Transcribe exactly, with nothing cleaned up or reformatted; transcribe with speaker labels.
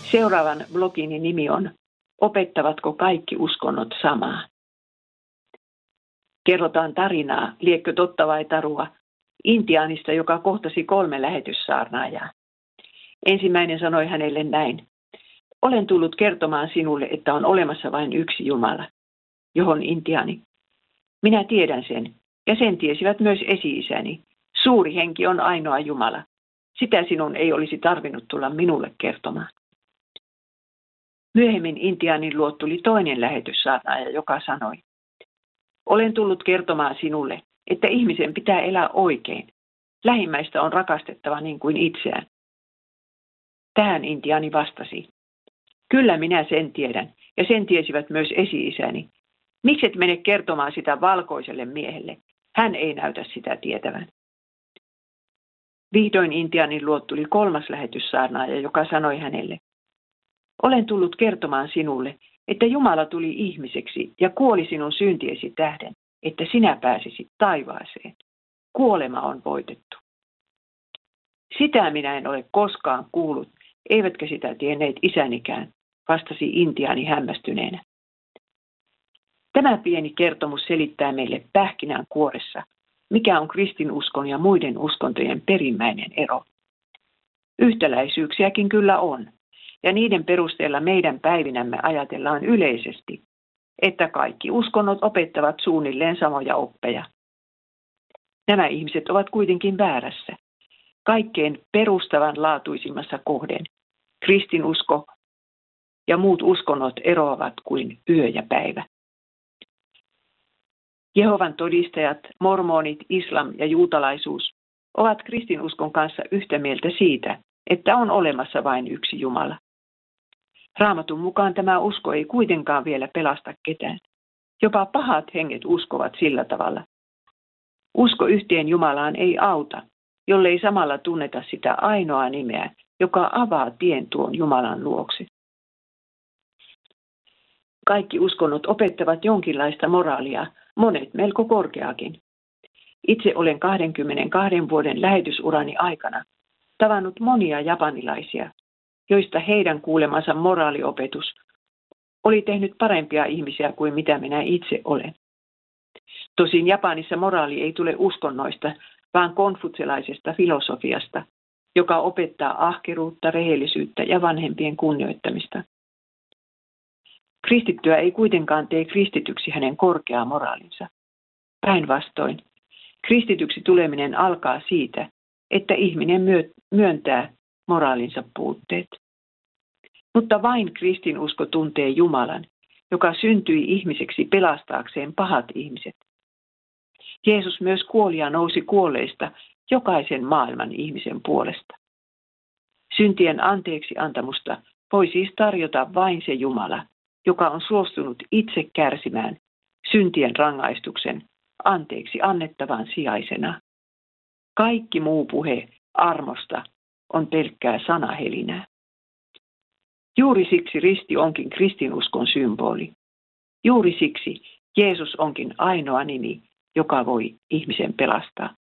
Speaker 1: Seuraavan blogini nimi on Opettavatko kaikki uskonnot samaa? Kerrotaan tarinaa, liekkö totta vai tarua, intiaanista, joka kohtasi kolme lähetyssaarnaajaa. Ensimmäinen sanoi hänelle näin: olen tullut kertomaan sinulle, että on olemassa vain yksi Jumala. Johon intiaani: minä tiedän sen, ja sen tiesivät myös esi-isäni. Suuri henki on ainoa Jumala. Sitä sinun ei olisi tarvinnut tulla minulle kertomaan. Myöhemmin intiaanin luo tuli toinen lähetyssaarnaaja, joka sanoi: olen tullut kertomaan sinulle, että ihmisen pitää elää oikein. Lähimmäistä on rakastettava niin kuin itseään. Tähän intiaani vastasi: kyllä minä sen tiedän, ja sen tiesivät myös esi-isäni. Mikset mene kertomaan sitä valkoiselle miehelle? Hän ei näytä sitä tietävän. Vihdoin intiaanin luo tuli kolmas lähetyssaarnaaja, joka sanoi hänelle: olen tullut kertomaan sinulle, että Jumala tuli ihmiseksi ja kuoli sinun syntiesi tähden, että sinä pääsisit taivaaseen. Kuolema on voitettu. Sitä minä en ole koskaan kuullut, eivätkä sitä tienneet isänikään, vastasi intiaani hämmästyneenä. Tämä pieni kertomus selittää meille pähkinän kuoressa, mikä on kristinuskon ja muiden uskontojen perimmäinen ero. Yhtäläisyyksiäkin kyllä on, ja niiden perusteella meidän päivinämme ajatellaan yleisesti, että kaikki uskonnot opettavat suunnilleen samoja oppeja. Nämä ihmiset ovat kuitenkin väärässä. Kaikkein perustavanlaatuisimmassa kohden kristinusko ja muut uskonnot eroavat kuin yö ja päivä. Jehovan todistajat, mormonit, islam ja juutalaisuus ovat kristinuskon kanssa yhtä mieltä siitä, että on olemassa vain yksi Jumala. Raamatun mukaan tämä usko ei kuitenkaan vielä pelasta ketään. Jopa pahat henget uskovat sillä tavalla. Usko yhteen Jumalaan ei auta, jollei samalla tunneta sitä ainoaa nimeä, joka avaa tien tuon Jumalan luokse. Kaikki uskonnot opettavat jonkinlaista moraalia, monet melko korkeakin. Itse olen kaksikymmentäkaksi vuoden lähetysurani aikana tavannut monia japanilaisia, joista heidän kuulemansa moraaliopetus oli tehnyt parempia ihmisiä kuin mitä minä itse olen. Tosin Japanissa moraali ei tule uskonnoista, vaan konfutselaisesta filosofiasta, joka opettaa ahkeruutta, rehellisyyttä ja vanhempien kunnioittamista. Kristittyä ei kuitenkaan tee kristityksi hänen korkea moraalinsa. Päinvastoin, kristityksi tuleminen alkaa siitä, että ihminen myöntää moraalinsa puutteet. Mutta vain kristinusko tuntee Jumalan, joka syntyi ihmiseksi pelastaakseen pahat ihmiset. Jeesus myös kuoli ja nousi kuolleista jokaisen maailman ihmisen puolesta. Syntien anteeksi antamusta voi siis tarjota vain se Jumala, joka on suostunut itse kärsimään syntien rangaistuksen anteeksi annettavan sijaisena. Kaikki muu puhe armosta on pelkkää sanahelinää. Juuri siksi risti onkin kristinuskon symboli. Juuri siksi Jeesus onkin ainoa nimi, joka voi ihmisen pelastaa.